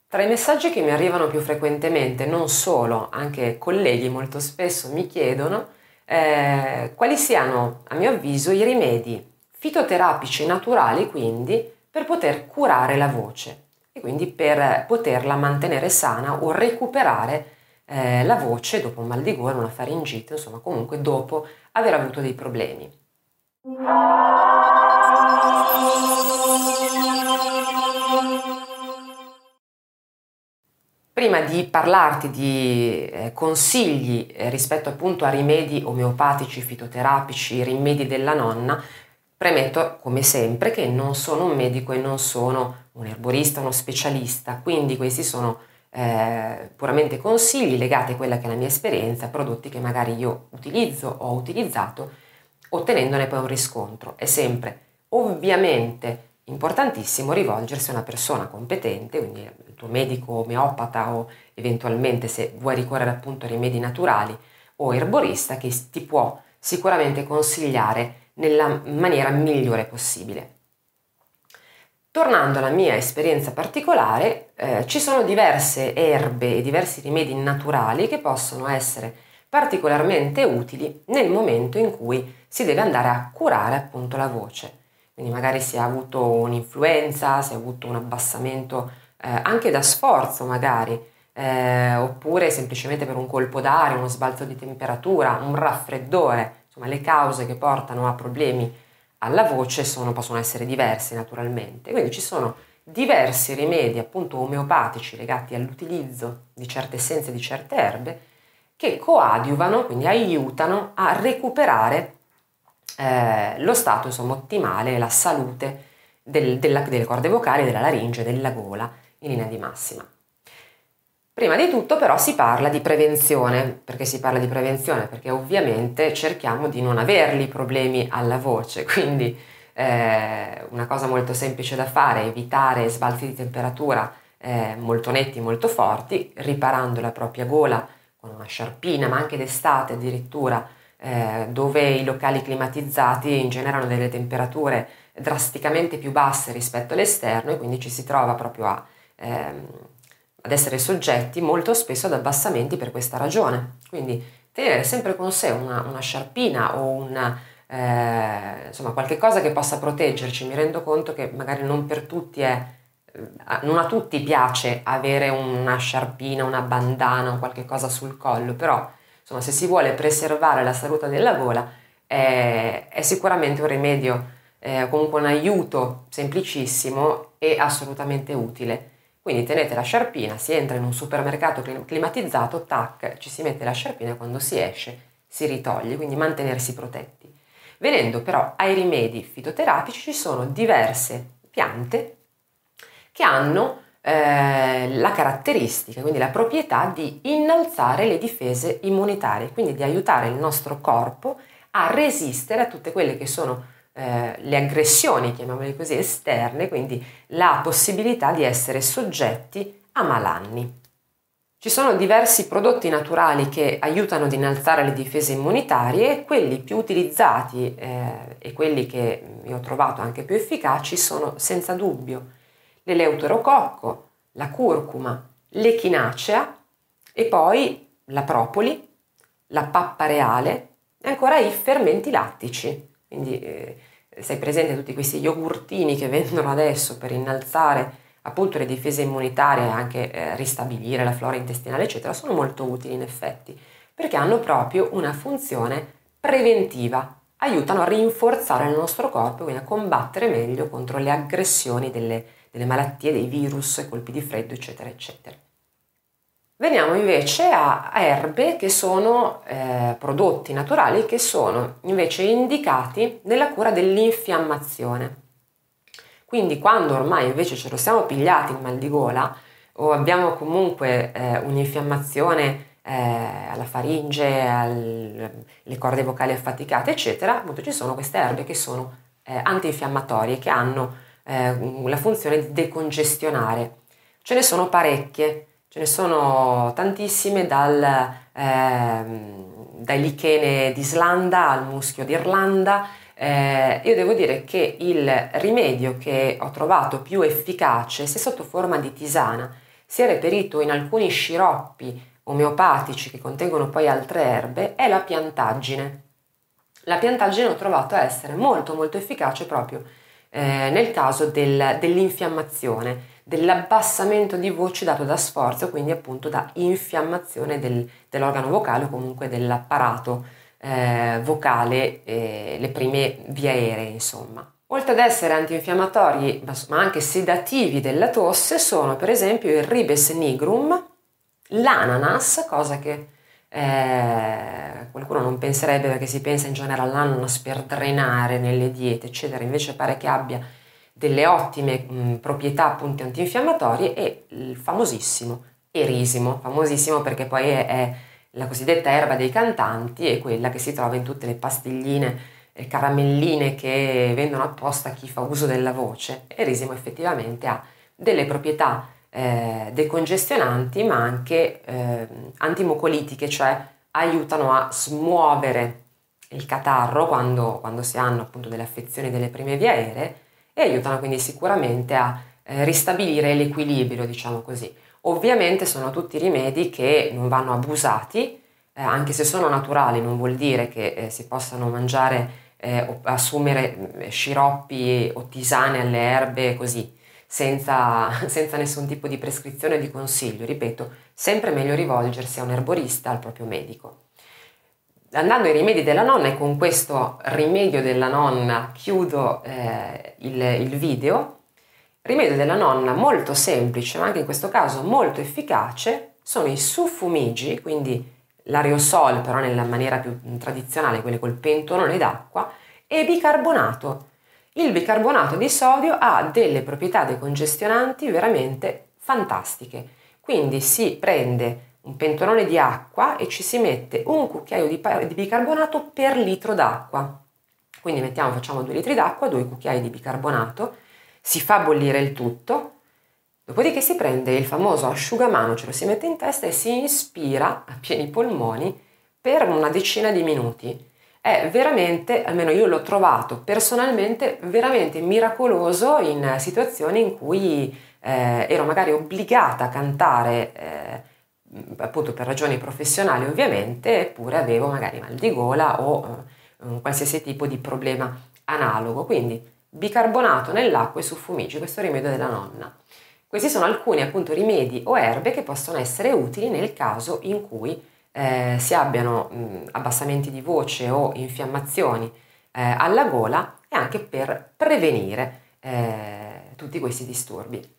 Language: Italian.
Tra i messaggi che mi arrivano più frequentemente, non solo, anche colleghi molto spesso mi chiedono quali siano, a mio avviso, i rimedi fitoterapici naturali, quindi, per poter curare la voce e quindi per poterla mantenere sana o recuperare la voce dopo un mal di gola, una faringite, insomma, comunque dopo aver avuto dei problemi. Prima di parlarti di consigli rispetto appunto a rimedi omeopatici, fitoterapici, rimedi della nonna, premetto come sempre che non sono un medico e non sono un erborista, uno specialista, quindi questi sono puramente consigli legati a quella che è la mia esperienza, prodotti che magari io utilizzo o ho utilizzato, ottenendone poi un riscontro. È sempre ovviamente importantissimo rivolgersi a una persona competente, quindi il tuo medico omeopata o eventualmente se vuoi ricorrere appunto a rimedi naturali o erborista che ti può sicuramente consigliare nella maniera migliore possibile. Tornando alla mia esperienza particolare, ci sono diverse erbe e diversi rimedi naturali che possono essere particolarmente utili nel momento in cui si deve andare a curare appunto la voce. Quindi magari si è avuto un'influenza, si è avuto un abbassamento anche da sforzo magari, oppure semplicemente per un colpo d'aria, uno sbalzo di temperatura, un raffreddore, insomma le cause che portano a problemi alla voce possono essere diverse naturalmente, quindi ci sono diversi rimedi appunto omeopatici legati all'utilizzo di certe essenze, di certe erbe, che coadiuvano, quindi aiutano a recuperare lo stato insomma ottimale, la salute delle corde vocali, della laringe, della gola in linea di massima. Prima di tutto però si parla di prevenzione. Perché si parla di prevenzione? Perché ovviamente cerchiamo di non averli problemi alla voce, quindi una cosa molto semplice da fare è evitare sbalzi di temperatura molto netti, molto forti, riparando la propria gola con una sciarpina, ma anche d'estate addirittura, dove i locali climatizzati generano delle temperature drasticamente più basse rispetto all'esterno e quindi ci si trova proprio ad essere soggetti molto spesso ad abbassamenti per questa ragione. Quindi tenere sempre con sé una sciarpina o insomma qualche cosa che possa proteggerci. Mi rendo conto che magari non per tutti non a tutti piace avere una sciarpina, una bandana o qualche cosa sul collo, però insomma se si vuole preservare la salute della gola è sicuramente un rimedio, comunque un aiuto semplicissimo e assolutamente utile. Quindi tenete la sciarpina, si entra in un supermercato climatizzato, tac, ci si mette la sciarpina e quando si esce si ritoglie, quindi mantenersi protetti. Venendo però ai rimedi fitoterapici, ci sono diverse piante che hanno la caratteristica, quindi la proprietà di innalzare le difese immunitarie, quindi di aiutare il nostro corpo a resistere a tutte quelle che sono le aggressioni, chiamiamole così, esterne, quindi la possibilità di essere soggetti a malanni. Ci sono diversi prodotti naturali che aiutano ad innalzare le difese immunitarie, quelli più utilizzati e quelli che io ho trovato anche più efficaci sono senza dubbio l'eleuterococco, la curcuma, l'echinacea e poi la propoli, la pappa reale e ancora i fermenti lattici. Quindi sei presente tutti questi yogurtini che vendono adesso per innalzare appunto le difese immunitarie e anche ristabilire la flora intestinale eccetera, sono molto utili in effetti perché hanno proprio una funzione preventiva, aiutano a rinforzare il nostro corpo, quindi a combattere meglio contro le aggressioni delle malattie, dei virus, colpi di freddo eccetera eccetera. Veniamo invece a erbe che sono prodotti naturali che sono invece indicati nella cura dell'infiammazione. Quindi quando ormai invece ce lo siamo pigliati il mal di gola o abbiamo comunque un'infiammazione alla faringe, alle corde vocali affaticate eccetera, appunto ci sono queste erbe che sono antinfiammatorie, che hanno la funzione di decongestionare. Ce ne sono parecchie. Ce ne sono tantissime dal lichene d'Islanda al muschio d'Irlanda. Io devo dire che il rimedio che ho trovato più efficace, sia sotto forma di tisana si è reperito in alcuni sciroppi omeopatici che contengono poi altre erbe è la piantaggine. La piantaggine ho trovato essere molto molto efficace proprio nel caso dell'infiammazione, dell'abbassamento di voce dato da sforzo, quindi appunto da infiammazione dell'organo vocale o comunque dell'apparato vocale, le prime vie aeree insomma. Oltre ad essere antinfiammatori ma anche sedativi della tosse sono per esempio il ribes nigrum, l'ananas, cosa che qualcuno non penserebbe perché si pensa in genere all'ananas per drenare nelle diete eccetera, invece pare che abbia delle ottime proprietà appunto antinfiammatorie, e il famosissimo erisimo, famosissimo perché poi è la cosiddetta erba dei cantanti, è quella che si trova in tutte le pastilline caramelline che vendono apposta a chi fa uso della voce. Erisimo effettivamente ha delle proprietà decongestionanti ma anche antimucolitiche, cioè aiutano a smuovere il catarro quando si hanno appunto delle affezioni delle prime vie aeree, e aiutano quindi sicuramente a ristabilire l'equilibrio, diciamo così. Ovviamente sono tutti rimedi che non vanno abusati, anche se sono naturali non vuol dire che si possano mangiare o assumere sciroppi o tisane alle erbe così, senza nessun tipo di prescrizione o di consiglio. Ripeto, sempre meglio rivolgersi a un erborista, al proprio medico. Andando ai rimedi della nonna, e con questo rimedio della nonna chiudo il video. Rimedio della nonna molto semplice, ma anche in questo caso molto efficace, sono i suffumigi, quindi l'aerosol però nella maniera più tradizionale, quelle col pentolone d'acqua, e bicarbonato. Il bicarbonato di sodio ha delle proprietà decongestionanti veramente fantastiche, quindi si prende un pentolone di acqua e ci si mette un cucchiaio di bicarbonato per litro d'acqua, quindi facciamo 2 litri d'acqua, 2 cucchiai di bicarbonato, si fa bollire il tutto, dopodiché si prende il famoso asciugamano, ce lo si mette in testa e si inspira a pieni polmoni per una decina di minuti. È veramente, almeno io l'ho trovato personalmente, veramente miracoloso in situazioni in cui ero magari obbligata a cantare, appunto per ragioni professionali ovviamente, eppure avevo magari mal di gola o un qualsiasi tipo di problema analogo. Quindi bicarbonato nell'acqua e suffumigi, questo rimedio della nonna. Questi sono alcuni appunto rimedi o erbe che possono essere utili nel caso in cui si abbiano abbassamenti di voce o infiammazioni alla gola, e anche per prevenire tutti questi disturbi.